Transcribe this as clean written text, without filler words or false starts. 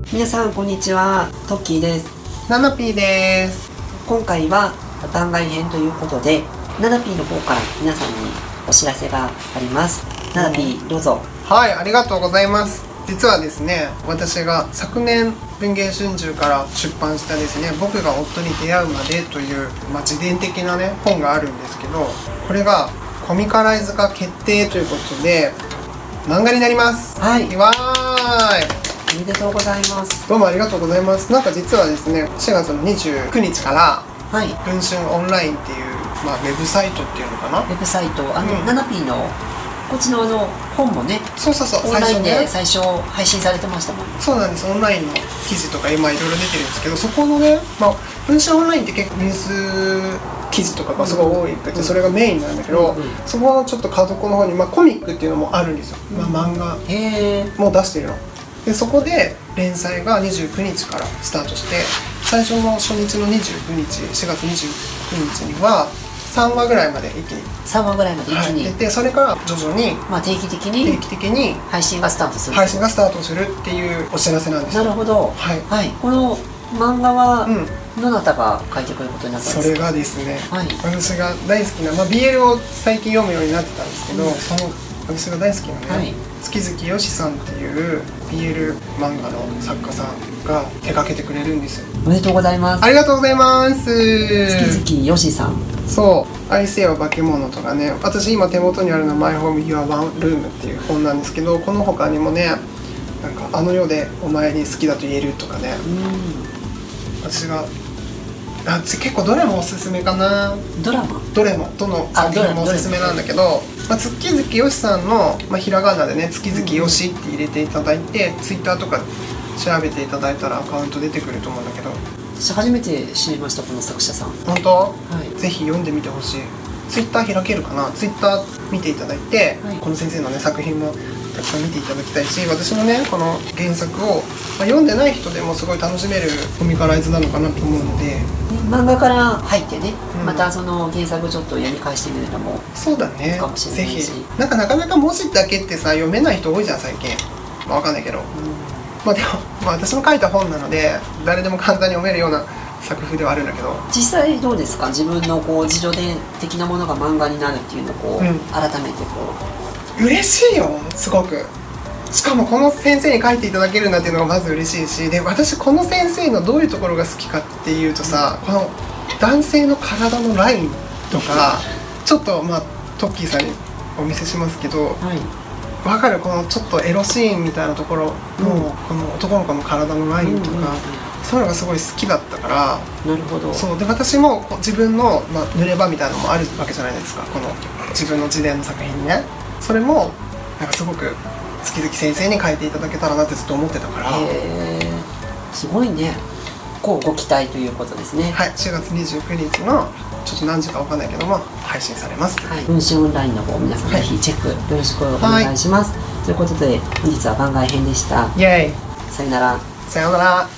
皆さんこんにちは、トッキーです。 ナナピーです。 今回は番外編ということで、ナナピーの方から皆さんにお知らせがあります。ナナピーどうぞ。 はい、ありがとうございます。実はですね、私が昨年文藝春秋から出版したですね、僕が夫に出会うまでという、自伝的なね本があるんですけど、これがコミカライズ化決定ということで漫画になります。 はい、 わーい、 おめでとうございます。 どうもありがとうございます。なんか実はですね、4月の29日からはい、 文春オンラインっていう、ウェブサイトっていうのかな、 ウェブサイト、ナナピーのこっちの本もね、 そうオンラインで最初配信されてましたもんね。 そうなんです。オンラインの記事とか今いろいろ出てるんですけど、そこのね、文春オンラインって結構ニュース記事とかがすごい多いくて、それがメインなんだけど、そこのちょっと角っこの方に、コミックっていうのもあるんですよ。漫画も出してるので、そこで連載が29日からスタートして、最初の初日の29日4月29日には3話ぐらいまで一気に 3話ぐらいまで一気に、 出て、それから徐々に定期的に配信がスタートするっていうお知らせなんですよ。 なるほど。 はい、 はい、この漫画は、どなたが書いてくれることになったんですか？ それがですね、 はい、 私が大好きな、BL を最近読むようになってたんですけど、その私が大好きなね、月々よしさんっていう BL 漫画の作家さんが手掛けてくれるんですよ。 おめでとうございます。 ありがとうございます。 月々よしさん。 そう、愛せよ化け物とかね、私今手元にあるのはマイホーム Your One Room っていう本なんですけど、この他にもね、なんかあの世でお前に好きだと言えるとかね、私が結構どれもおすすめかな。 どれもどの作品もおすすめなんだけど、月々よしさんの、ひらがなでね、月々よしって入れていただいて、ツイッターとか調べていただいたらアカウント出てくると思うんだけど、 私初めて知りました、この作者さん。 本当？ はい、 ぜひ読んでみてほしい。ツイッター開けるかな。ツイッター見ていただいて、この先生のね作品もたくさん見ていただきたいし、私のねこの原作を、読んでない人でもすごい楽しめるコミカライズなのかなと思うので、 漫画から入ってね、またその原作ちょっと読み返してみるのもそうだね、 かもしれないし、 ぜひ。なかなか文字だけってさ読めない人多いじゃん最近。わかんないけど、でも、私の書いた本なので誰でも簡単に読めるような作風ではあるんだけど、 実際どうですか？自分の自叙伝的なものが漫画になるっていうのを改めて嬉しいよ、すごく。しかもこの先生に書いていただけるんだっていうのがまず嬉しいし、で私この先生のどういうところが好きかっていうとさ、この男性の体のラインとかちょっとトッキーさんにお見せしますけど、わかる？このちょっとエロシーンみたいなところの、この男の子の体のラインとか、そういうのがすごい好きだったから。 なるほど。 そうで、私も自分の、濡れ場みたいなのもあるわけじゃないですか、この自分の自伝の作品にね。それもなんかすごく月々先生に書いていただけたらなってずっと思ってたから。 すごいね。ご期待ということですね。 はい、4月29日のちょっと何時かわかんないけども配信されます。 文春オンラインの方皆さんぜひチェックよろしくお願いします。ということで本日は番外編でした。 イエーイ。 さよなら。 さよなら。